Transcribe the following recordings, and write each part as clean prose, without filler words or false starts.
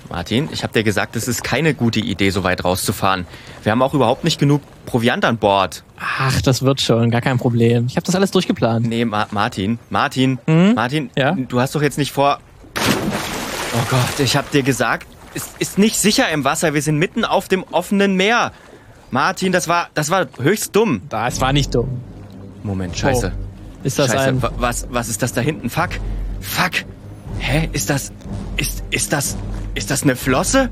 Martin, ich habe dir gesagt, es ist keine gute Idee, so weit rauszufahren. Wir haben auch überhaupt nicht genug Proviant an Bord. Ach, das wird schon, gar kein Problem. Ich habe das alles durchgeplant. Nee, Martin, Ja? du hast doch jetzt nicht vor... Oh Gott, ich habe dir gesagt, es ist nicht sicher im Wasser. Wir sind mitten auf dem offenen Meer. Martin, das war höchst dumm. Das war nicht dumm. Moment, scheiße. Oh, ist das Scheiße, ein... was ist das da hinten? Fuck. Hä, ist das eine Flosse?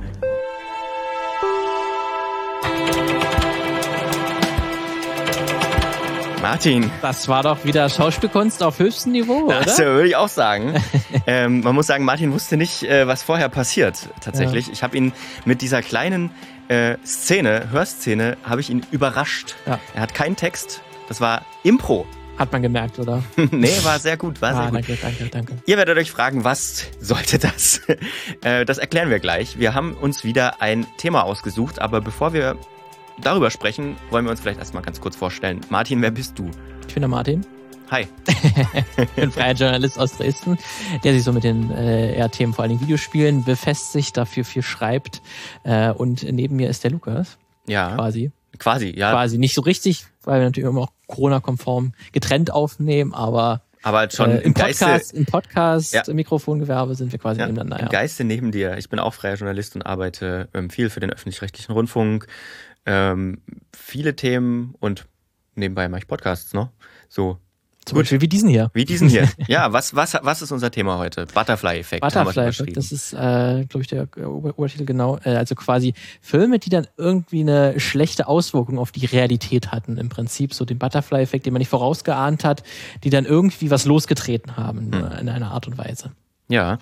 Martin. Das war doch wieder Schauspielkunst auf höchstem Niveau, oder? Das würde ich auch sagen. Man muss sagen, Martin wusste nicht, was vorher passiert, tatsächlich. Ja. Ich habe ihn mit dieser kleinen Hörszene, habe ich ihn überrascht. Ja. Er hat keinen Text, das war Impro. Hat man gemerkt, oder? Nee, war sehr gut, sehr gut. Danke. Ihr werdet euch fragen, was sollte das? Das erklären wir gleich. Wir haben uns wieder ein Thema ausgesucht, aber bevor wir darüber sprechen, wollen wir uns vielleicht erstmal ganz kurz vorstellen. Martin, wer bist du? Ich bin der Martin. Hi. Ich bin freier Journalist aus Dresden, der sich so mit den eher Themen, vor allen Dingen Videospielen, befasst, dafür viel schreibt. Und neben mir ist der Lukas. Ja. Quasi, ja. Quasi nicht so richtig, weil wir natürlich immer auch Corona-konform getrennt aufnehmen, aber schon im Podcast, ja. Im Mikrofongewerbe sind wir quasi nebeneinander. Im Geiste neben dir. Ich bin auch freier Journalist und arbeite viel für den öffentlich-rechtlichen Rundfunk. Viele Themen und nebenbei mache ich Podcasts, ne? So. Zum Beispiel wie diesen hier. Ja, was ist unser Thema heute? Butterfly-Effekt. Butterfly-Effekt, das ist, glaube ich, der Obertitel genau. Also quasi Filme, die dann irgendwie eine schlechte Auswirkung auf die Realität hatten. Im Prinzip so den Butterfly-Effekt, den man nicht vorausgeahnt hat, die dann irgendwie was losgetreten haben in einer Art und Weise. Ja.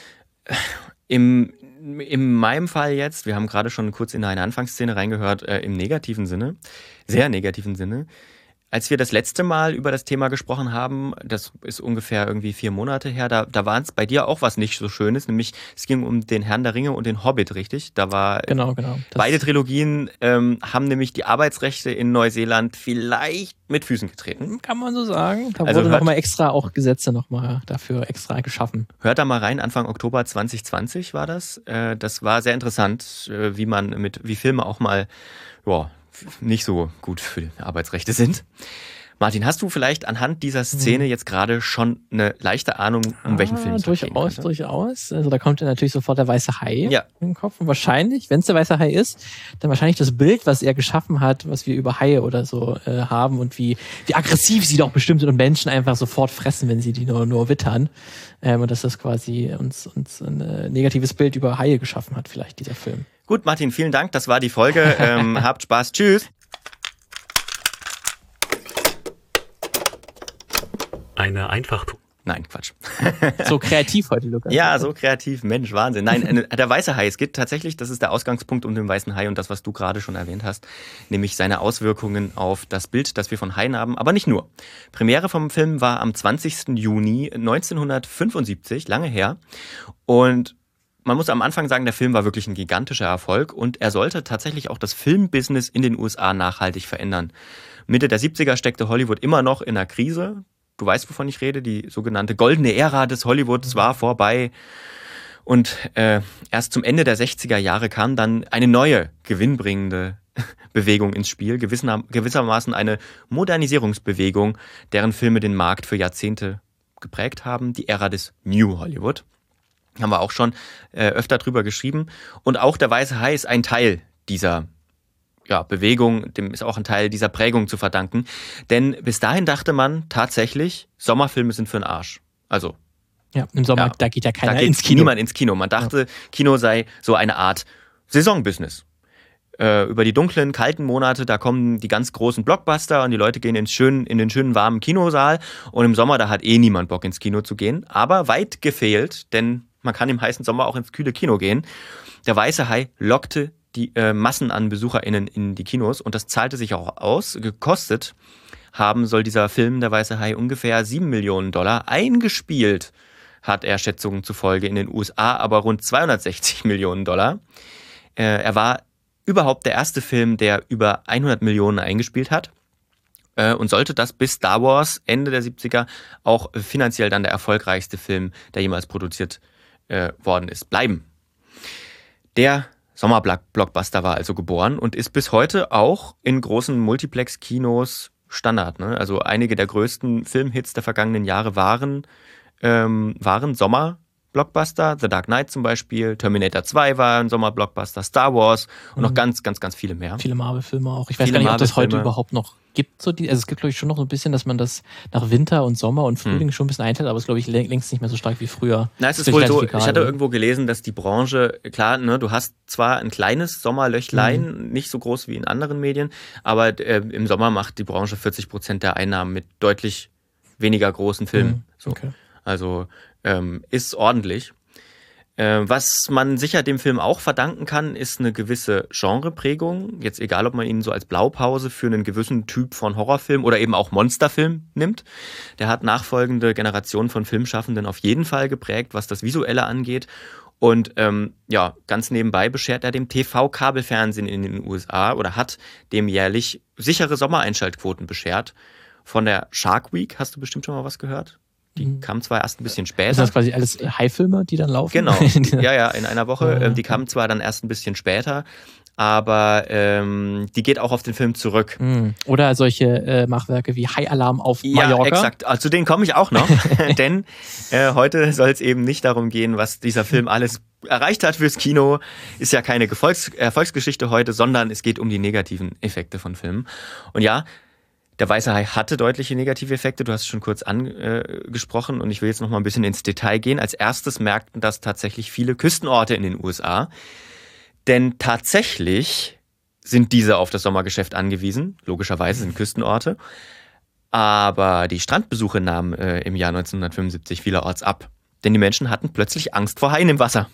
In meinem Fall jetzt, wir haben gerade schon kurz in eine Anfangsszene reingehört, im negativen Sinne, sehr negativen Sinne. Als wir das letzte Mal über das Thema gesprochen haben, das ist ungefähr irgendwie 4 Monate her, da war es bei dir auch was nicht so Schönes, nämlich es ging um den Herrn der Ringe und den Hobbit, richtig? Da war genau. Beide Trilogien haben nämlich die Arbeitsrechte in Neuseeland vielleicht mit Füßen getreten. Kann man so sagen. Da wurde nochmal extra auch Gesetze nochmal dafür extra geschaffen. Hört da mal rein, Anfang Oktober 2020 war das. Das war sehr interessant, wie Filme auch mal, nicht so gut für die Arbeitsrechte sind. Martin, hast du vielleicht anhand dieser Szene jetzt gerade schon eine leichte Ahnung, um welchen Film es geht? Durchaus. Also da kommt ja natürlich sofort der weiße Hai in den Kopf. Und wahrscheinlich, wenn es der weiße Hai ist, dann wahrscheinlich das Bild, was er geschaffen hat, was wir über Haie oder so haben und wie aggressiv sie doch bestimmt sind und Menschen einfach sofort fressen, wenn sie die nur wittern. Und dass das quasi uns ein negatives Bild über Haie geschaffen hat, vielleicht dieser Film. Gut, Martin, vielen Dank. Das war die Folge. Habt Spaß. Tschüss. Eine Einfachtour. Nein, Quatsch. So kreativ heute, Lukas. Ja, so kreativ. Mensch, Wahnsinn. Nein, der weiße Hai. Es geht tatsächlich, das ist der Ausgangspunkt um den weißen Hai und das, was du gerade schon erwähnt hast, nämlich seine Auswirkungen auf das Bild, das wir von Haien haben, aber nicht nur. Premiere vom Film war am 20. Juni 1975, lange her. Und man muss am Anfang sagen, der Film war wirklich ein gigantischer Erfolg und er sollte tatsächlich auch das Filmbusiness in den USA nachhaltig verändern. Mitte der 70er steckte Hollywood immer noch in einer Krise. Du weißt, wovon ich rede, die sogenannte goldene Ära des Hollywoods war vorbei. Und erst zum Ende der 60er Jahre kam dann eine neue, gewinnbringende Bewegung ins Spiel, gewissermaßen eine Modernisierungsbewegung, deren Filme den Markt für Jahrzehnte geprägt haben, die Ära des New Hollywood. Haben wir auch schon öfter drüber geschrieben. Und auch der weiße Hai ist ein Teil dieser Bewegung, dem ist auch ein Teil dieser Prägung zu verdanken. Denn bis dahin dachte man tatsächlich, Sommerfilme sind für den Arsch. Also ja, im Sommer, da geht ja keiner ins Kino. Niemand ins Kino. Man dachte, Kino sei so eine Art Saisonbusiness. Über die dunklen, kalten Monate, da kommen die ganz großen Blockbuster und die Leute gehen in den schönen, warmen Kinosaal. Und im Sommer, da hat niemand Bock, ins Kino zu gehen. Aber weit gefehlt, denn man kann im heißen Sommer auch ins kühle Kino gehen. Der weiße Hai lockte die Massen an BesucherInnen in die Kinos und das zahlte sich auch aus. Gekostet soll dieser Film, der weiße Hai, ungefähr $7 Millionen. Eingespielt hat er Schätzungen zufolge in den USA aber rund 260 Millionen $. Er war überhaupt der erste Film, der über 100 Millionen eingespielt hat. Und sollte das bis Star Wars Ende der 70er auch finanziell dann der erfolgreichste Film, der jemals produziert worden ist, bleiben. Der Sommerblockbuster war also geboren und ist bis heute auch in großen Multiplex-Kinos Standard. Ne? Also einige der größten Filmhits der vergangenen Jahre waren Sommerblockbuster. The Dark Knight zum Beispiel, Terminator 2 war ein Sommerblockbuster, Star Wars und noch ganz, ganz, ganz viele mehr. Viele Marvel-Filme auch. Ich weiß gar nicht, ob das heute überhaupt noch gibt. Also es gibt, glaube ich, schon noch so ein bisschen, dass man das nach Winter und Sommer und Frühling schon ein bisschen einteilt, aber es ist, glaube ich, längst nicht mehr so stark wie früher. Na, es ist wohl so, ich hatte irgendwo gelesen, dass die Branche, klar, ne, du hast zwar ein kleines Sommerlöchlein, nicht so groß wie in anderen Medien, aber im Sommer macht die Branche 40% der Einnahmen mit deutlich weniger großen Filmen. So. Okay. Also ist ordentlich. Was man sicher dem Film auch verdanken kann, ist eine gewisse Genreprägung. Jetzt egal, ob man ihn so als Blaupause für einen gewissen Typ von Horrorfilm oder eben auch Monsterfilm nimmt. Der hat nachfolgende Generationen von Filmschaffenden auf jeden Fall geprägt, was das Visuelle angeht. Und ganz nebenbei beschert er dem TV-Kabelfernsehen in den USA oder hat dem jährlich sichere Sommereinschaltquoten beschert. Von der Shark Week hast du bestimmt schon mal was gehört? Die kam zwar erst ein bisschen später. Ist das quasi alles Hai-Filme, die dann laufen? Genau, ja, in einer Woche. Die kamen zwar dann erst ein bisschen später, aber die geht auch auf den Film zurück. Oder solche Machwerke wie Hai-Alarm auf Mallorca. Ja, exakt. Zu denen komme ich auch noch. Denn heute soll es eben nicht darum gehen, was dieser Film alles erreicht hat fürs Kino. Ist ja keine Erfolgsgeschichte heute, sondern es geht um die negativen Effekte von Filmen. Und ja, der Weiße Hai hatte deutliche negative Effekte, du hast es schon kurz angesprochen und ich will jetzt noch mal ein bisschen ins Detail gehen. Als erstes merkten das tatsächlich viele Küstenorte in den USA, denn tatsächlich sind diese auf das Sommergeschäft angewiesen, logischerweise sind Küstenorte, aber die Strandbesuche nahmen im Jahr 1975 vielerorts ab, denn die Menschen hatten plötzlich Angst vor Haien im Wasser.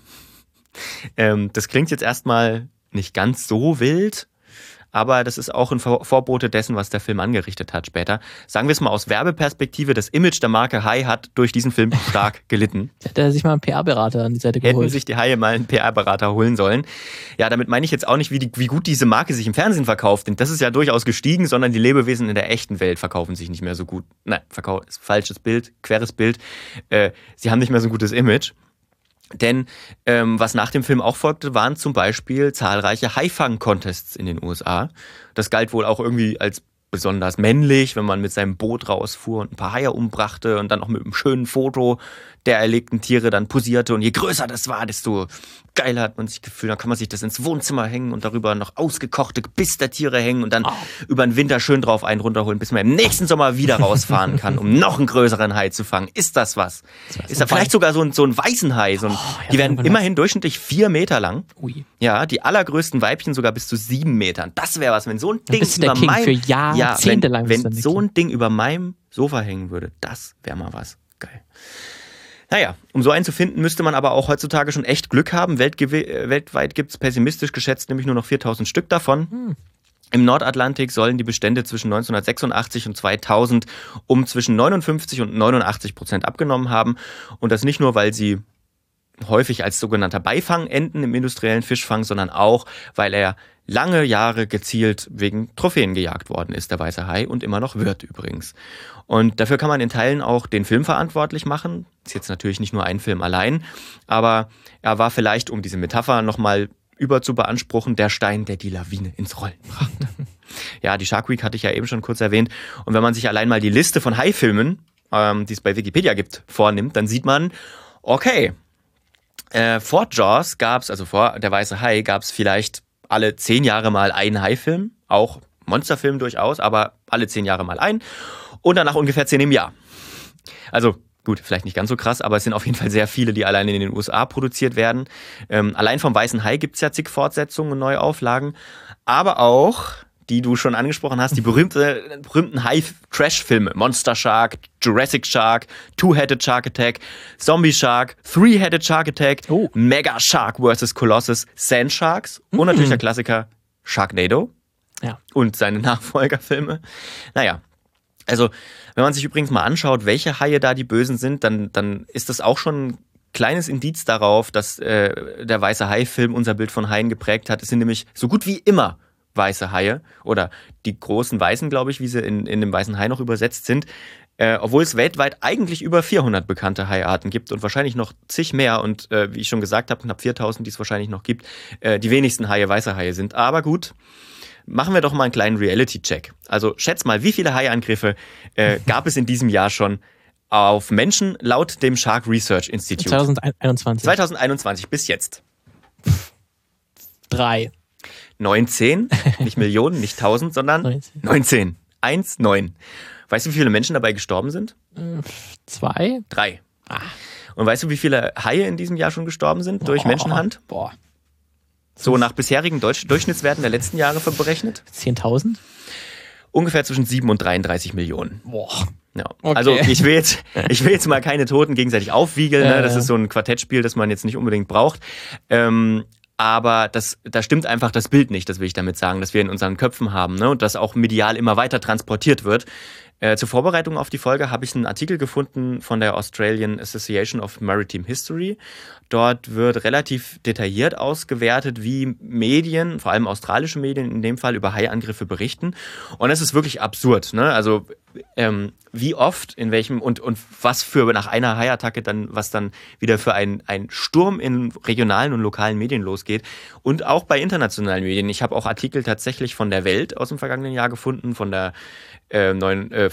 Das klingt jetzt erstmal nicht ganz so wild, aber das ist auch ein Vorbote dessen, was der Film angerichtet hat später. Sagen wir es mal aus Werbeperspektive, das Image der Marke Hai hat durch diesen Film stark gelitten. Hätte er sich mal einen PR-Berater an die Seite geholt. Hätten sich die Haie mal einen PR-Berater holen sollen. Ja, damit meine ich jetzt auch nicht, wie gut diese Marke sich im Fernsehen verkauft. Denn das ist ja durchaus gestiegen, sondern die Lebewesen in der echten Welt verkaufen sich nicht mehr so gut. Nein, ist falsches Bild, queres Bild. Sie haben nicht mehr so ein gutes Image. Denn was nach dem Film auch folgte, waren zum Beispiel zahlreiche Haifang-Contests in den USA. Das galt wohl auch irgendwie als besonders männlich, wenn man mit seinem Boot rausfuhr und ein paar Haie umbrachte und dann auch mit einem schönen Foto der erlegten Tiere dann posierte. Und je größer das war, desto geiler hat man sich gefühlt. Dann kann man sich das ins Wohnzimmer hängen und darüber noch ausgekochte Gebiss der Tiere hängen und dann über den Winter schön drauf einen runterholen, bis man im nächsten Sommer wieder rausfahren kann, um noch einen größeren Hai zu fangen. Ist das was? Ist da vielleicht sogar so ein weißen Hai? Die werden immerhin durchschnittlich 4 Meter lang. Ui. Ja, die allergrößten Weibchen sogar bis zu 7 Metern. Das wäre was, wenn so ein Ding wenn so ein Ding über meinem Sofa hängen würde. Das wäre mal was. Geil. Naja, um so einen zu finden, müsste man aber auch heutzutage schon echt Glück haben. Weltweit gibt es pessimistisch geschätzt nämlich nur noch 4000 Stück davon. Im Nordatlantik sollen die Bestände zwischen 1986 und 2000 um zwischen 59% und 89% abgenommen haben. Und das nicht nur, weil sie häufig als sogenannter Beifang enden im industriellen Fischfang, sondern auch, weil er lange Jahre gezielt wegen Trophäen gejagt worden ist, der Weiße Hai, und immer noch wird übrigens. Und dafür kann man in Teilen auch den Film verantwortlich machen. Ist jetzt natürlich nicht nur ein Film allein, aber er war vielleicht, um diese Metapher nochmal zu beanspruchen, der Stein, der die Lawine ins Rollen brachte. Ja, die Shark Week hatte ich ja eben schon kurz erwähnt. Und wenn man sich allein mal die Liste von Hai-Filmen, die es bei Wikipedia gibt, vornimmt, dann sieht man, okay, vor Jaws vor Der Weiße Hai gab's vielleicht alle 10 Jahre mal einen Hai-Film, auch Monsterfilm durchaus, aber alle 10 Jahre mal einen und danach ungefähr 10 im Jahr. Also gut, vielleicht nicht ganz so krass, aber es sind auf jeden Fall sehr viele, die allein in den USA produziert werden. Allein vom Weißen Hai gibt's ja zig Fortsetzungen und Neuauflagen, aber auch, die du schon angesprochen hast, die berühmten Hai-Trash-Filme. Monster Shark, Jurassic Shark, Two-Headed Shark Attack, Zombie Shark, Three-Headed Shark Attack, Mega Shark vs. Colossus, Sand Sharks und natürlich der Klassiker Sharknado und seine Nachfolgerfilme. Naja, also wenn man sich übrigens mal anschaut, welche Haie da die Bösen sind, dann ist das auch schon ein kleines Indiz darauf, dass der Weiße Hai-Film unser Bild von Haien geprägt hat. Es sind nämlich so gut wie immer weiße Haie oder die großen Weißen, glaube ich, wie sie in dem Weißen Hai noch übersetzt sind. obwohl es weltweit eigentlich über 400 bekannte Haiarten gibt und wahrscheinlich noch zig mehr und wie ich schon gesagt habe, knapp 4000, die es wahrscheinlich noch gibt, die wenigsten Haie weiße Haie sind. Aber gut, machen wir doch mal einen kleinen Reality-Check. Also schätz mal, wie viele Haiangriffe gab es in diesem Jahr schon auf Menschen laut dem Shark Research Institute? 2021. 2021 bis jetzt. 3. 19, nicht Millionen, nicht 1000, sondern 19. 1, 9. Weißt du, wie viele Menschen dabei gestorben sind? 2. 3. Und weißt du, wie viele Haie in diesem Jahr schon gestorben sind durch Menschenhand? So nach bisherigen Durchschnittswerten der letzten Jahre berechnet? 10.000? Ungefähr zwischen 7 und 33 Millionen. Ja. Okay. Also ich will jetzt mal keine Toten gegenseitig aufwiegeln. Ne? Das ist so ein Quartettspiel, das man jetzt nicht unbedingt braucht. Aber da stimmt einfach das Bild nicht, das will ich damit sagen, das wir in unseren Köpfen haben, ne? Und das auch medial immer weiter transportiert wird. Zur Vorbereitung auf die Folge habe ich einen Artikel gefunden von der Australian Association of Maritime History. Dort wird relativ detailliert ausgewertet, wie Medien, vor allem australische Medien in dem Fall, über Haiangriffe berichten. Und es ist wirklich absurd, ne? Also wie oft, in welchem und was für nach einer Haiattacke was dann wieder für ein Sturm in regionalen und lokalen Medien losgeht und auch bei internationalen Medien. Ich habe auch Artikel tatsächlich von der Welt aus dem vergangenen Jahr gefunden, von der Neue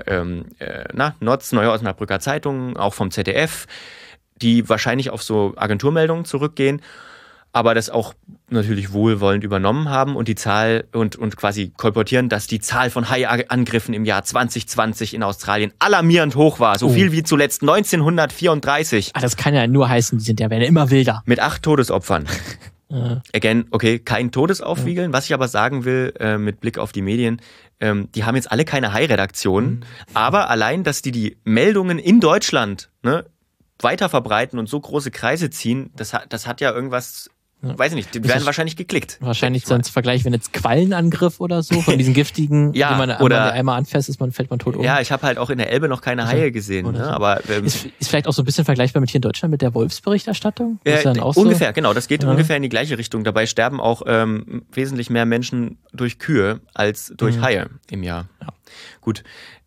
Osnabrücker Zeitung, auch vom ZDF, die wahrscheinlich auf so Agenturmeldungen zurückgehen, aber das auch natürlich wohlwollend übernommen haben und die Zahl und quasi kolportieren, dass die Zahl von Haiangriffen im Jahr 2020 in Australien alarmierend hoch war. So viel wie zuletzt 1934. Das kann ja nur heißen, die werden ja immer wilder. Mit 8 Todesopfern. Again, okay, kein Todesaufwiegeln. Was ich aber sagen will, mit Blick auf die Medien, die haben jetzt alle keine Hai-Redaktionen, aber allein, dass die Meldungen in Deutschland weiter verbreiten und so große Kreise ziehen, das hat ja irgendwas, weiß ich nicht, die werden wahrscheinlich geklickt. Wahrscheinlich sonst Vergleich, wenn jetzt Quallenangriff oder so, von diesen giftigen, die man einmal anfasst, fällt man tot um. Ja, ich habe halt auch in der Elbe noch keine Haie gesehen. Ne? Aber ist vielleicht auch so ein bisschen vergleichbar mit hier in Deutschland mit der Wolfsberichterstattung? Ungefähr, so? Genau, das geht ungefähr in die gleiche Richtung. Dabei sterben auch wesentlich mehr Menschen durch Kühe als durch Haie im Jahr. Ja. Gut,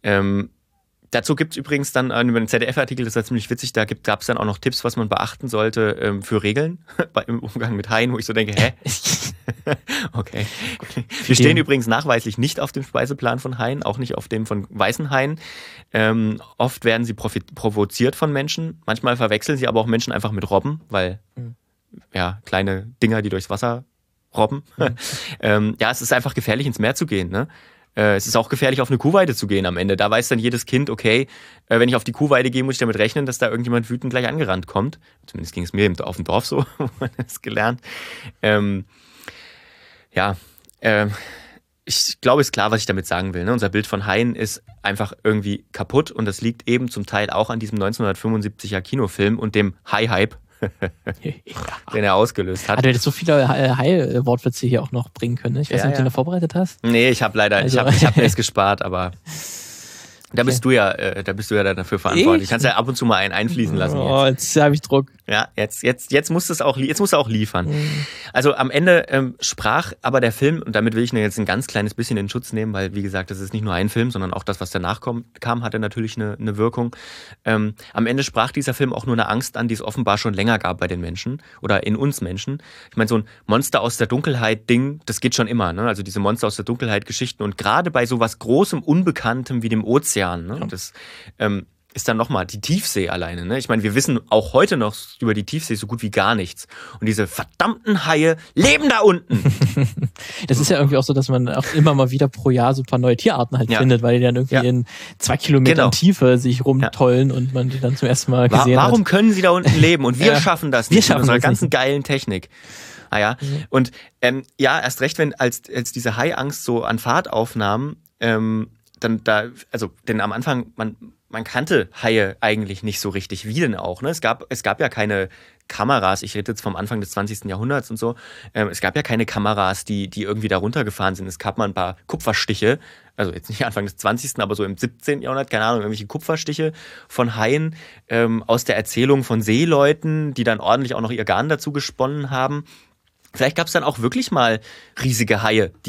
dazu gibt es übrigens dann über den ZDF-Artikel, das war ziemlich witzig, da gab es dann auch noch Tipps, was man beachten sollte für Regeln im Umgang mit Haien, wo ich so denke, hä? Okay. Wir stehen übrigens nachweislich nicht auf dem Speiseplan von Haien, auch nicht auf dem von weißen Haien. Oft werden sie provoziert von Menschen, manchmal verwechseln sie aber auch Menschen einfach mit Robben, weil kleine Dinger, die durchs Wasser robben. Es ist einfach gefährlich, ins Meer zu gehen, ne? Es ist auch gefährlich, auf eine Kuhweide zu gehen am Ende. Da weiß dann jedes Kind, okay, wenn ich auf die Kuhweide gehe, muss ich damit rechnen, dass da irgendjemand wütend gleich angerannt kommt. Zumindest ging es mir auf dem Dorf so, wo man das gelernt. Ich glaube, es ist klar, was ich damit sagen will. Ne? Unser Bild von Haien ist einfach irgendwie kaputt und das liegt eben zum Teil auch an diesem 1975er Kinofilm und dem Hai-Hype, den er ausgelöst hat. Du hättest so viele Hai-Wortwitze hier auch noch bringen können. Ne? Ich weiß nicht, ob du noch vorbereitet hast. Nee, ich habe leider, ich hab mir es gespart, aber da bist du ja dann dafür verantwortlich. Du kannst ja ab und zu mal einen einfließen lassen. Jetzt habe ich Druck. Ja, jetzt musst du auch liefern. Also am Ende sprach aber der Film, und damit will ich jetzt ein ganz kleines bisschen in Schutz nehmen, weil wie gesagt, das ist nicht nur ein Film, sondern auch das, was danach kam, hatte natürlich eine Wirkung. Am Ende sprach dieser Film auch nur eine Angst an, die es offenbar schon länger gab bei den Menschen oder in uns Menschen. Ich meine, so ein Monster aus der Dunkelheit-Ding, das geht schon immer, ne? Also diese Monster aus der Dunkelheit-Geschichten und gerade bei sowas Großem, Unbekanntem wie dem Ozean, ne? Ja. Das ist dann nochmal die Tiefsee alleine. Ne? Ich meine, wir wissen auch heute noch über die Tiefsee so gut wie gar nichts. Und diese verdammten Haie leben da unten. Das ist ja irgendwie auch so, dass man auch immer mal wieder pro Jahr so ein paar neue Tierarten findet, weil die dann irgendwie in 2 Kilometern Tiefe sich rumtollen und man die dann zum ersten Mal gesehen hat. Warum können sie da unten leben? Und wir schaffen das nicht mit unserer ganzen geilen Technik. Und erst recht, wenn als diese Haiangst so an Fahrt aufnahm, denn am Anfang, man kannte Haie eigentlich nicht so richtig. Wie denn auch? Ne? Es gab ja keine Kameras, ich rede jetzt vom Anfang des 20. Jahrhunderts und so, es gab ja keine Kameras, die irgendwie da runtergefahren sind. Es gab mal ein paar Kupferstiche, also jetzt nicht Anfang des 20., aber so im 17. Jahrhundert, keine Ahnung, irgendwelche Kupferstiche von Haien aus der Erzählung von Seeleuten, die dann ordentlich auch noch ihr Garn dazu gesponnen haben. Vielleicht gab es dann auch wirklich mal riesige Haie, die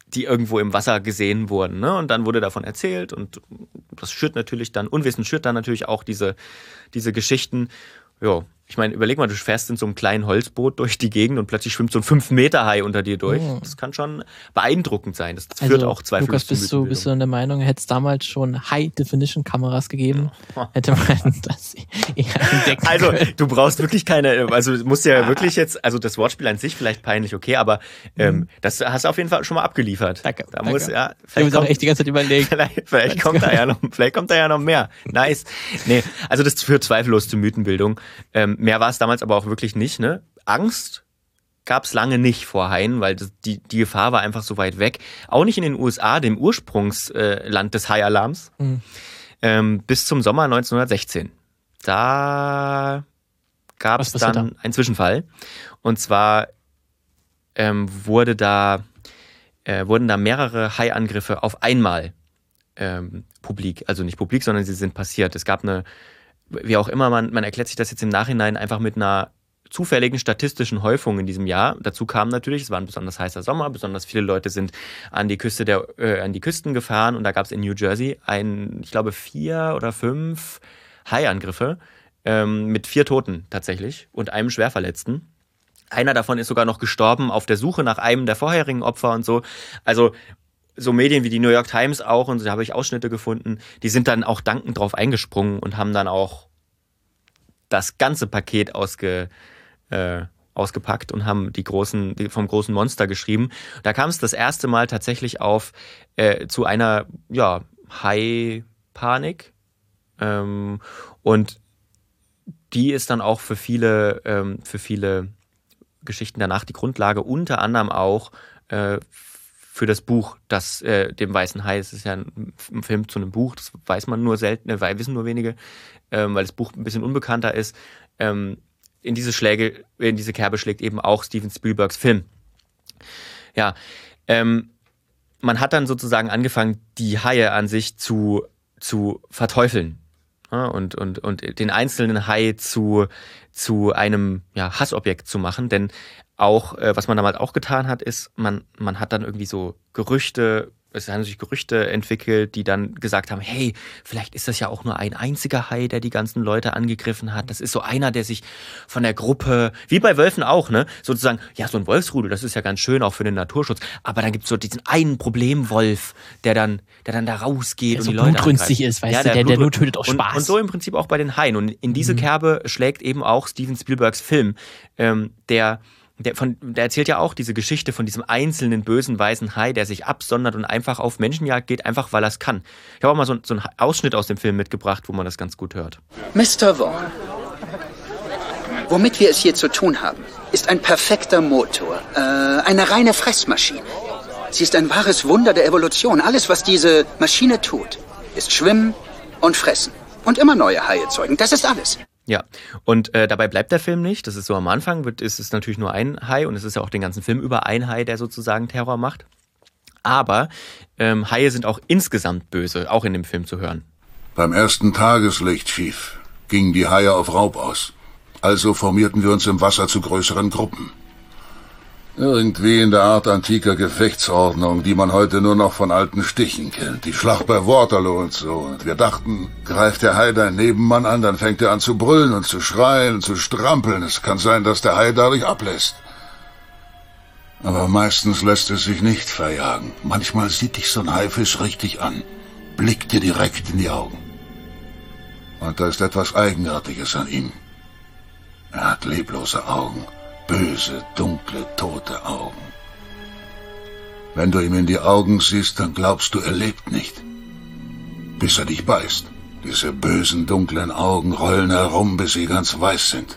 die irgendwo im Wasser gesehen wurden. Ne? Und dann wurde davon erzählt und das schürt natürlich dann, Unwissen schürt dann natürlich auch diese Geschichten. Ja, ich meine, überleg mal, du fährst in so einem kleinen Holzboot durch die Gegend und plötzlich schwimmt so ein 5-Meter-Hai unter dir durch. Oh. Das kann schon beeindruckend sein. Das führt auch zweifellos zu Lukas, bist du in der Meinung, hätte es damals schon High-Definition-Kameras gegeben, hätte man das eher entdecken Also, du brauchst wirklich keine, also du musst ja wirklich jetzt, also das Wortspiel an sich vielleicht peinlich, okay, aber das hast du auf jeden Fall schon mal abgeliefert. Danke. Da muss, ja, ich muss auch echt die ganze Zeit überlegen. Vielleicht kommt da ja noch mehr. Nice. Nee, also das führt zweifellos zu Mythenbildung. Mehr war es damals aber auch wirklich nicht. Ne? Angst gab es lange nicht vor Haien, weil die Gefahr war einfach so weit weg. Auch nicht in den USA, dem Ursprungsland des Haialarms, bis zum Sommer 1916. Da gab es dann einen Zwischenfall. Und zwar wurden da mehrere Haiangriffe auf einmal publik. Also nicht publik, sondern sie sind passiert. Es gab wie auch immer, man erklärt sich das jetzt im Nachhinein einfach mit einer zufälligen statistischen Häufung in diesem Jahr. Dazu kam natürlich, es war ein besonders heißer Sommer, besonders viele Leute sind an die Küsten gefahren und da gab es in New Jersey ich glaube 4 oder 5 Haiangriffe mit 4 Toten tatsächlich und einem Schwerverletzten. Einer davon ist sogar noch gestorben auf der Suche nach einem der vorherigen Opfer und so. Also so Medien wie die New York Times auch, und da habe ich Ausschnitte gefunden, die sind dann auch dankend drauf eingesprungen und haben dann auch das ganze Paket ausgepackt und haben vom großen Monster geschrieben. Da kam es das erste Mal tatsächlich zu einer Hai-Panik. Und die ist dann auch für viele Geschichten danach die Grundlage, unter anderem auch für das Buch, das dem Weißen Hai, es ist ja ein Film zu einem Buch, das weiß man nur selten, wissen nur wenige, weil das Buch ein bisschen unbekannter ist. In diese Kerbe schlägt eben auch Steven Spielbergs Film. Ja, man hat dann sozusagen angefangen, die Haie an sich zu verteufeln. Ja, und den einzelnen Hai zu einem Hassobjekt zu machen, denn auch, was man damals auch getan hat, ist, man hat dann irgendwie so es haben sich Gerüchte entwickelt, die dann gesagt haben, hey, vielleicht ist das ja auch nur ein einziger Hai, der die ganzen Leute angegriffen hat. Das ist so einer, der sich von der Gruppe, wie bei Wölfen auch, ne, sozusagen, ja, so ein Wolfsrudel, das ist ja ganz schön, auch für den Naturschutz. Aber dann gibt's so diesen einen Problemwolf, der dann da rausgeht der und so die Leute blutrünstig ist, weißt du, der nur tötet aus Spaß. Und so im Prinzip auch bei den Haien. Und in diese Kerbe schlägt eben auch Steven Spielbergs Film, der erzählt ja auch diese Geschichte von diesem einzelnen bösen weißen Hai, der sich absondert und einfach auf Menschenjagd geht, einfach weil er es kann. Ich habe auch mal so einen Ausschnitt aus dem Film mitgebracht, wo man das ganz gut hört. Mr. Vaughn, womit wir es hier zu tun haben, ist ein perfekter Motor, eine reine Fressmaschine. Sie ist ein wahres Wunder der Evolution. Alles, was diese Maschine tut, ist schwimmen und fressen und immer neue Haie zeugen. Das ist alles. Ja, und dabei bleibt der Film nicht. Das ist so am Anfang, ist es natürlich nur ein Hai und es ist ja auch den ganzen Film über ein Hai, der sozusagen Terror macht. Aber Haie sind auch insgesamt böse, auch in dem Film zu hören. Beim ersten Tageslicht schief gingen die Haie auf Raub aus. Also formierten wir uns im Wasser zu größeren Gruppen. Irgendwie in der Art antiker Gefechtsordnung, die man heute nur noch von alten Stichen kennt. Die Schlacht bei Waterloo und so. Und wir dachten, greift der Hai deinen Nebenmann an, dann fängt er an zu brüllen und zu schreien und zu strampeln. Es kann sein, dass der Hai dadurch ablässt. Aber meistens lässt es sich nicht verjagen. Manchmal sieht dich so ein Haifisch richtig an. Blickt dir direkt in die Augen. Und da ist etwas Eigenartiges an ihm. Er hat leblose Augen. Böse, dunkle, tote Augen. Wenn du ihm in die Augen siehst, dann glaubst du, er lebt nicht. Bis er dich beißt. Diese bösen, dunklen Augen rollen herum, bis sie ganz weiß sind.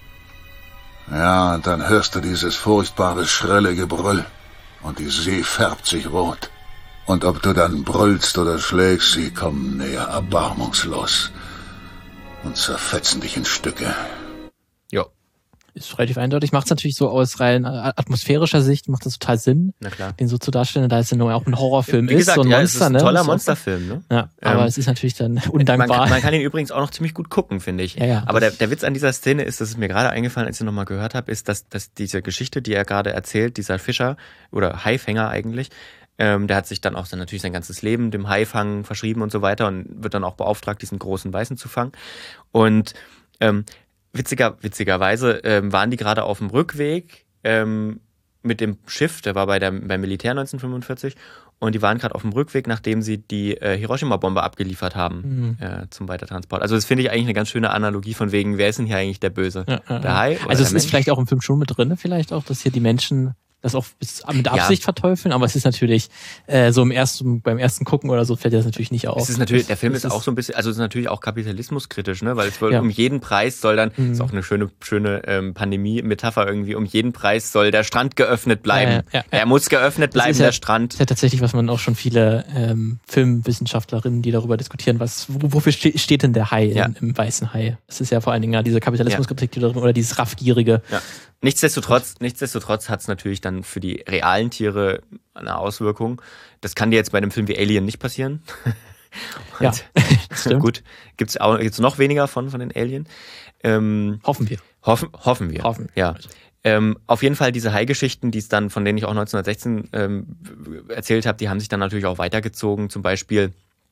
Ja, und dann hörst du dieses furchtbare, schrille Gebrüll. Und die See färbt sich rot. Und ob du dann brüllst oder schlägst, sie kommen näher erbarmungslos und zerfetzen dich in Stücke. Ja. Ist relativ eindeutig. Macht es natürlich so aus rein atmosphärischer Sicht, macht das total Sinn, na klar, den so zu darstellen, da es ja nur auch ein Horrorfilm wie gesagt, ist, so ein ja, Monster, es ist ein toller Monsterfilm, ne? Ja, aber es ist natürlich dann undankbar. Man kann ihn übrigens auch noch ziemlich gut gucken, finde ich. Ja, aber der Witz an dieser Szene ist, dass es mir gerade eingefallen, als ich nochmal gehört habe, ist, dass diese Geschichte, die er gerade erzählt, dieser Fischer oder Haifänger eigentlich, Der hat sich dann auch natürlich sein ganzes Leben dem Haifangen verschrieben und so weiter und wird dann auch beauftragt, diesen großen Weißen zu fangen. Und witzigerweise waren die gerade auf dem Rückweg mit dem Schiff, der war beim Militär 1945, und die waren gerade auf dem Rückweg, nachdem sie die Hiroshima-Bombe abgeliefert haben zum Weitertransport. Also das finde ich eigentlich eine ganz schöne Analogie von wegen, wer ist denn hier eigentlich der Böse? Der Hai? Also es ist vielleicht auch im Film schon mit drin, vielleicht auch, dass hier die Menschen das auch mit Absicht verteufeln, aber es ist natürlich so beim ersten Gucken oder so fällt das natürlich nicht auf. Es ist natürlich, der Film ist auch so ein bisschen, also es ist natürlich auch kapitalismuskritisch, ne, weil es wohl um jeden Preis soll dann, ist auch eine schöne Pandemie-Metapher irgendwie, um jeden Preis soll der Strand geöffnet bleiben. Er muss geöffnet bleiben, der Strand. Das ist ja tatsächlich, was man auch schon viele Filmwissenschaftlerinnen, die darüber diskutieren, wofür steht denn der Hai im weißen Hai? Das ist ja vor allen Dingen diese Kapitalismuskritik, die darin, oder dieses Raffgierige. Ja. Nichtsdestotrotz hat es natürlich dann für die realen Tiere eine Auswirkung. Das kann dir jetzt bei einem Film wie Alien nicht passieren. Ja, stimmt. Gut, gibt's noch weniger von den Alien. Hoffen wir. Hoffen wir. Ja. Auf jeden Fall diese Hai-Geschichten, von denen ich auch 1916 erzählt habe, die haben sich dann natürlich auch weitergezogen. Zum Beispiel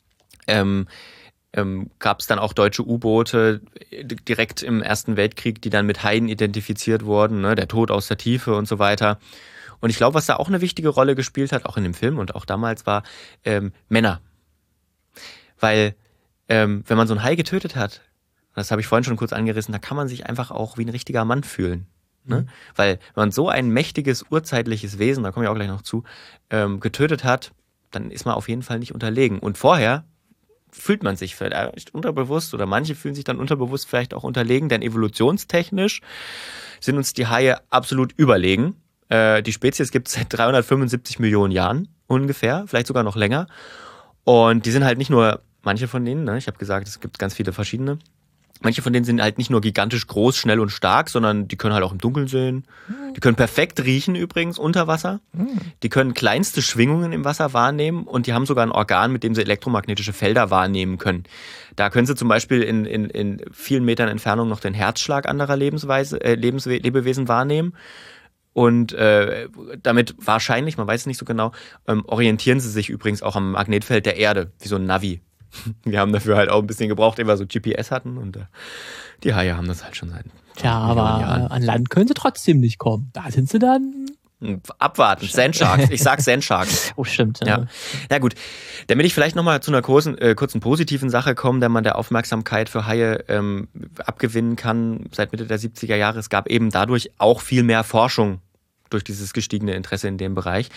gab es dann auch deutsche U-Boote direkt im Ersten Weltkrieg, die dann mit Haien identifiziert wurden, ne? Der Tod aus der Tiefe und so weiter. Und ich glaube, was da auch eine wichtige Rolle gespielt hat, auch in dem Film und auch damals, war Männer. Weil wenn man so einen Hai getötet hat, das habe ich vorhin schon kurz angerissen, da kann man sich einfach auch wie ein richtiger Mann fühlen. Ne? Weil wenn man so ein mächtiges, urzeitliches Wesen, da komme ich auch gleich noch zu, getötet hat, dann ist man auf jeden Fall nicht unterlegen. Und vorher fühlt man sich vielleicht unterbewusst oder manche fühlen sich dann unterbewusst vielleicht auch unterlegen, denn evolutionstechnisch sind uns die Haie absolut überlegen. Die Spezies gibt es seit 375 Millionen Jahren ungefähr, vielleicht sogar noch länger. Und die sind halt nicht nur, manche von denen, ne, ich habe gesagt, es gibt ganz viele verschiedene, manche von denen sind halt nicht nur gigantisch groß, schnell und stark, sondern die können halt auch im Dunkeln sehen. Die können perfekt riechen übrigens unter Wasser. Die können kleinste Schwingungen im Wasser wahrnehmen und die haben sogar ein Organ, mit dem sie elektromagnetische Felder wahrnehmen können. Da können sie zum Beispiel in vielen Metern Entfernung noch den Herzschlag anderer Lebewesen wahrnehmen. Und damit wahrscheinlich, man weiß es nicht so genau, orientieren sie sich übrigens auch am Magnetfeld der Erde, wie so ein Navi. Wir haben dafür halt auch ein bisschen gebraucht, ehe wir so GPS hatten und die Haie haben das halt schon seit aber Jahren. An Land können sie trotzdem nicht kommen. Da sind sie dann... Abwarten, Sandsharks. Ich sag Sandsharks. Oh, stimmt. Ja. Na gut, damit ich vielleicht nochmal zu einer kurzen positiven Sache komme, der man der Aufmerksamkeit für Haie abgewinnen kann seit Mitte der 70er Jahre. Es gab eben dadurch auch viel mehr Forschung durch dieses gestiegene Interesse in dem Bereich.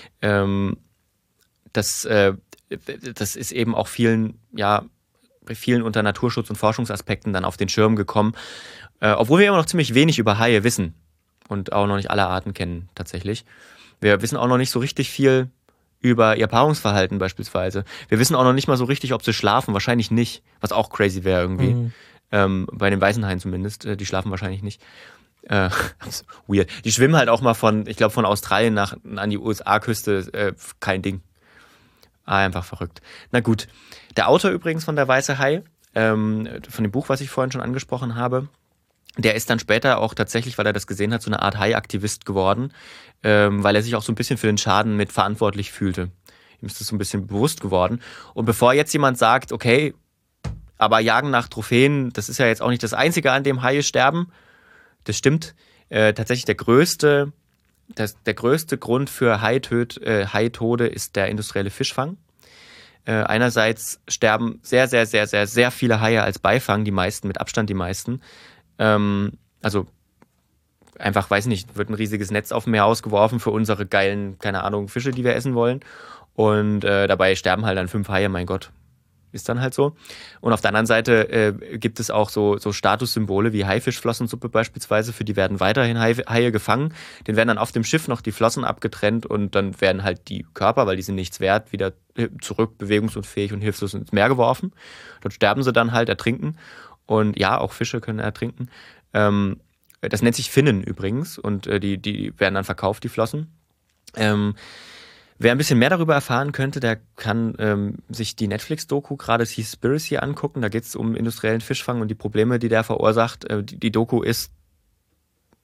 Das ist eben auch vielen unter Naturschutz- und Forschungsaspekten dann auf den Schirm gekommen. Obwohl wir immer noch ziemlich wenig über Haie wissen und auch noch nicht alle Arten kennen tatsächlich. Wir wissen auch noch nicht so richtig viel über ihr Paarungsverhalten beispielsweise. Wir wissen auch noch nicht mal so richtig, ob sie schlafen. Wahrscheinlich nicht, was auch crazy wäre irgendwie. Bei den weißen Haien zumindest. Die schlafen wahrscheinlich nicht. Weird. Die schwimmen halt auch mal von Australien an die USA-Küste. Kein Ding. Einfach verrückt. Na gut. Der Autor übrigens von Der weiße Hai, von dem Buch, was ich vorhin schon angesprochen habe, der ist dann später auch tatsächlich, weil er das gesehen hat, so eine Art Hai-Aktivist geworden, weil er sich auch so ein bisschen für den Schaden mit verantwortlich fühlte. Ihm ist das so ein bisschen bewusst geworden. Und bevor jetzt jemand sagt, okay, aber Jagen nach Trophäen, das ist ja jetzt auch nicht das Einzige, an dem Haie sterben, das stimmt. Tatsächlich der größte Grund für Haitode ist der industrielle Fischfang. Einerseits sterben sehr, sehr, sehr, sehr, sehr viele Haie als Beifang, die meisten, mit Abstand die meisten. Also einfach, weiß nicht, wird ein riesiges Netz auf dem Meer ausgeworfen für unsere geilen, keine Ahnung, Fische, die wir essen wollen. Und dabei sterben halt dann 5 Haie, mein Gott. Ist dann halt so. Und auf der anderen Seite gibt es auch so Statussymbole wie Haifischflossensuppe beispielsweise, für die werden weiterhin Haie gefangen. Denen werden dann auf dem Schiff noch die Flossen abgetrennt und dann werden halt die Körper, weil die sind nichts wert, wieder zurück bewegungsunfähig und hilflos ins Meer geworfen. Dort sterben sie dann halt, ertrinken. Und ja, auch Fische können ertrinken. Das nennt sich Finnen übrigens und die werden dann verkauft, die Flossen. Wer ein bisschen mehr darüber erfahren könnte, der kann sich die Netflix-Doku gerade Seaspiracy angucken. Da geht es um industriellen Fischfang und die Probleme, die der verursacht. Die Doku ist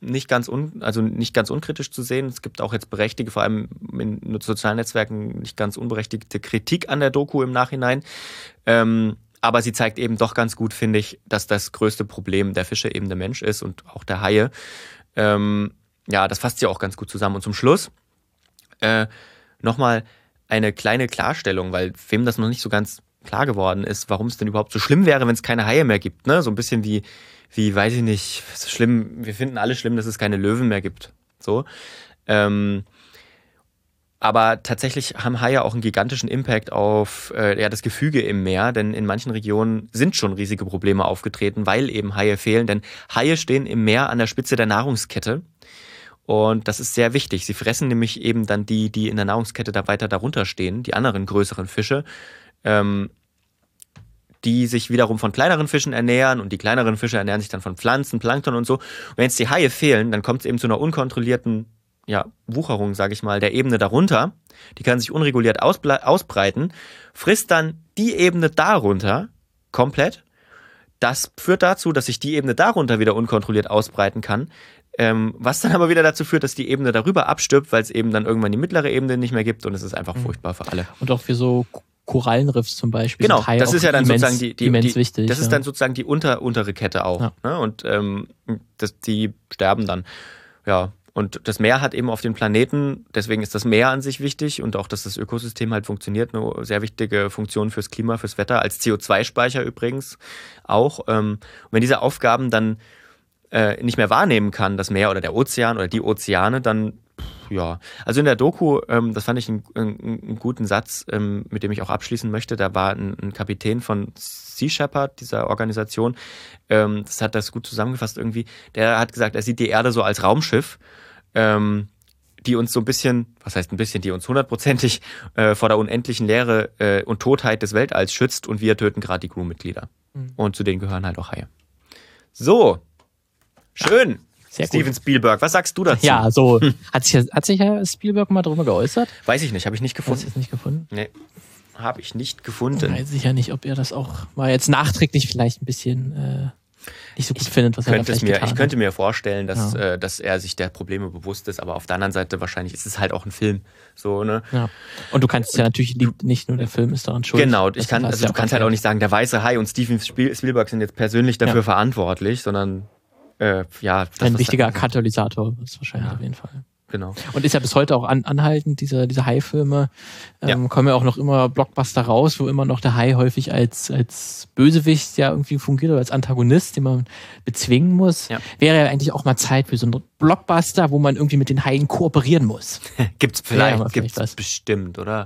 nicht ganz unkritisch zu sehen. Es gibt auch jetzt berechtigte, vor allem in sozialen Netzwerken, nicht ganz unberechtigte Kritik an der Doku im Nachhinein. Aber sie zeigt eben doch ganz gut, finde ich, dass das größte Problem der Fische eben der Mensch ist und auch der Haie. Das fasst sie auch ganz gut zusammen. Und zum Schluss nochmal eine kleine Klarstellung, weil wem das noch nicht so ganz klar geworden ist, warum es denn überhaupt so schlimm wäre, wenn es keine Haie mehr gibt. Ne? So ein bisschen wie, weiß ich nicht, schlimm, wir finden alle schlimm, dass es keine Löwen mehr gibt. So. Aber tatsächlich haben Haie auch einen gigantischen Impact auf das Gefüge im Meer, denn in manchen Regionen sind schon riesige Probleme aufgetreten, weil eben Haie fehlen, denn Haie stehen im Meer an der Spitze der Nahrungskette. Und das ist sehr wichtig. Sie fressen nämlich eben dann die in der Nahrungskette da weiter darunter stehen, die anderen größeren Fische, die sich wiederum von kleineren Fischen ernähren und die kleineren Fische ernähren sich dann von Pflanzen, Plankton und so. Und wenn jetzt die Haie fehlen, dann kommt es eben zu einer unkontrollierten Wucherung, sage ich mal, der Ebene darunter. Die kann sich unreguliert ausbreiten, frisst dann die Ebene darunter komplett. Das führt dazu, dass sich die Ebene darunter wieder unkontrolliert ausbreiten kann. Was dann aber wieder dazu führt, dass die Ebene darüber abstirbt, weil es eben dann irgendwann die mittlere Ebene nicht mehr gibt und es ist einfach furchtbar für alle. Und auch für so Korallenriffs zum Beispiel. Genau, das ist ja dann immens, sozusagen immens wichtig. Das ist dann sozusagen die untere Kette auch. Ja. Ne? Und die sterben dann. Ja. Und das Meer hat eben auf den Planeten, deswegen ist das Meer an sich wichtig und auch, dass das Ökosystem halt funktioniert, eine sehr wichtige Funktion fürs Klima, fürs Wetter, als CO2-Speicher übrigens auch. Und wenn diese Aufgaben dann nicht mehr wahrnehmen kann, das Meer oder der Ozean oder die Ozeane, dann also in der Doku, das fand ich einen guten Satz, mit dem ich auch abschließen möchte, da war ein Kapitän von Sea Shepherd, dieser Organisation, das hat das gut zusammengefasst irgendwie, der hat gesagt, er sieht die Erde so als Raumschiff, die uns so ein bisschen, was heißt ein bisschen, die uns 100%ig vor der unendlichen Leere und Totheit des Weltalls schützt und wir töten gerade die Crewmitglieder. Und zu denen gehören halt auch Haie. So, schön. Sehr Steven gut. Spielberg, was sagst du dazu? Ja, so. Hat sich ja Spielberg mal darüber geäußert? Weiß ich nicht, habe ich nicht gefunden. Hast du es nicht gefunden? Nee, habe ich nicht gefunden. Weiß ich ja nicht, ob er das auch mal jetzt nachträglich vielleicht ein bisschen nicht so gut findet, was er da vielleicht getan hat. Ich könnte mir vorstellen, dass er sich der Probleme bewusst ist, aber auf der anderen Seite wahrscheinlich ist es halt auch ein Film. So, ne? Ja. Und du kannst ja natürlich nicht nur der Film ist daran schuld. Genau, du kannst halt auch nicht sagen, der weiße Hai und Steven Spielberg sind jetzt persönlich dafür verantwortlich, sondern ein wichtiger Katalysator ist wahrscheinlich auf jeden Fall. Genau. Und ist ja bis heute auch anhaltend, diese Hai-Filme, kommen ja auch noch immer Blockbuster raus, wo immer noch der Hai häufig als Bösewicht ja irgendwie fungiert oder als Antagonist, den man bezwingen muss. Ja. Wäre ja eigentlich auch mal Zeit für so einen Blockbuster, wo man irgendwie mit den Haien kooperieren muss. Gibt's vielleicht bestimmt, oder?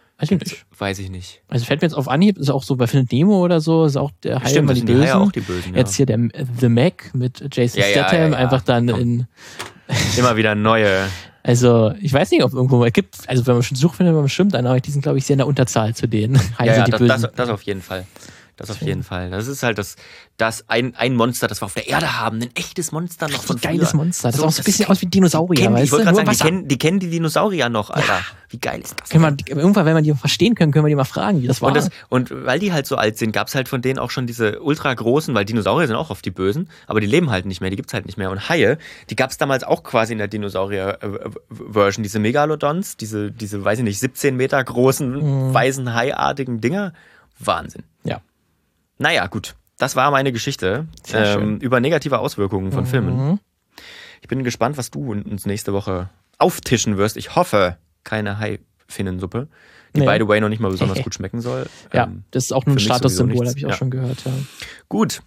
Weiß ich nicht. Also fällt mir jetzt auf Anhieb, ist auch so bei Findet Nemo oder so, ist auch der Hai immer die Bösen. Die Haie auch die Bösen, ja. Jetzt hier der The Meg mit Jason Statham, einfach dann in... Immer wieder neue... Also, ich weiß nicht, ob irgendwo mal gibt, also wenn man schon sucht, findet man bestimmt einen, aber die sind, glaube ich, sehr in der Unterzahl zu denen. Das auf jeden Fall. Das auf jeden Fall. Das ist halt ein Monster, das wir auf der Erde haben. Ein echtes Monster noch von früher. Ein geiles Monster. Das sieht auch so ein bisschen aus wie Dinosaurier, weißt du? Ich wollte gerade sagen, die kennen die Dinosaurier noch, Alter. Ja. Wie geil ist das? Irgendwann, wenn wir die verstehen können wir die mal fragen, wie das war. Und weil die halt so alt sind, gab es halt von denen auch schon diese ultra großen, weil Dinosaurier sind auch oft die Bösen, aber die leben halt nicht mehr, die gibt's halt nicht mehr. Und Haie, die gab es damals auch quasi in der Dinosaurier-Version. Diese Megalodons, diese, weiß ich nicht, 17 Meter großen, weißen Haiartigen Dinger. Wahnsinn. Ja. Naja, gut. Das war meine Geschichte über negative Auswirkungen von Filmen. Ich bin gespannt, was du uns nächste Woche auftischen wirst. Ich hoffe, keine Haifinnensuppe, die by the way noch nicht mal besonders gut schmecken soll. Ja, das ist auch nur ein Statussymbol, habe ich auch schon gehört. Ja. Gut.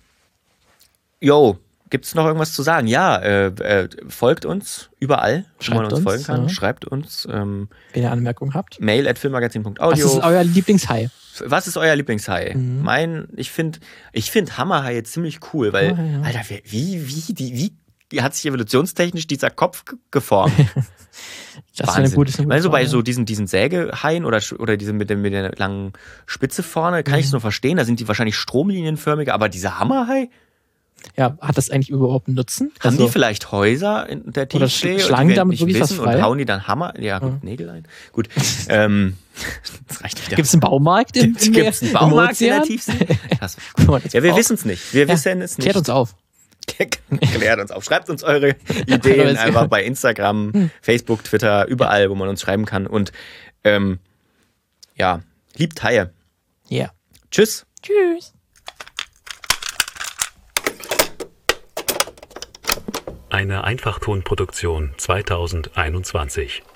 Gibt's noch irgendwas zu sagen? Ja, folgt uns überall, wo man uns folgen kann. Ja. Schreibt uns. Wenn ihr Anmerkungen habt. mail@filmmagazin.audio. Was ist euer Lieblingshai? Was ist euer Lieblingshai? Ich finde Hammerhaie ziemlich cool, weil, Alter, wie hat sich evolutionstechnisch dieser Kopf geformt? Das ist eine gute Weil so bei so diesen Sägehaien oder diese mit der langen Spitze vorne, kann ich es nur verstehen, da sind die wahrscheinlich stromlinienförmiger, aber dieser Hammerhai? Ja, hat das eigentlich überhaupt einen Nutzen? Haben die vielleicht Häuser in der Tiefsee? Oder schlagen damit wirklich was frei? Und hauen die dann Hammer? Ja, gut, Nägel ein. Gut. Das reicht wieder. Gibt's einen Baumarkt Gibt's einen Baumarkt in der Tiefsee? Ja, wir wissen es nicht. Wir wissen es nicht. Klärt uns auf. Klärt uns auf. Schreibt uns eure Ideen einfach bei Instagram, Facebook, Twitter, überall, wo man uns schreiben kann. Und liebt Haie. Ja. Tschüss. Tschüss. Eine Einfachtonproduktion 2021.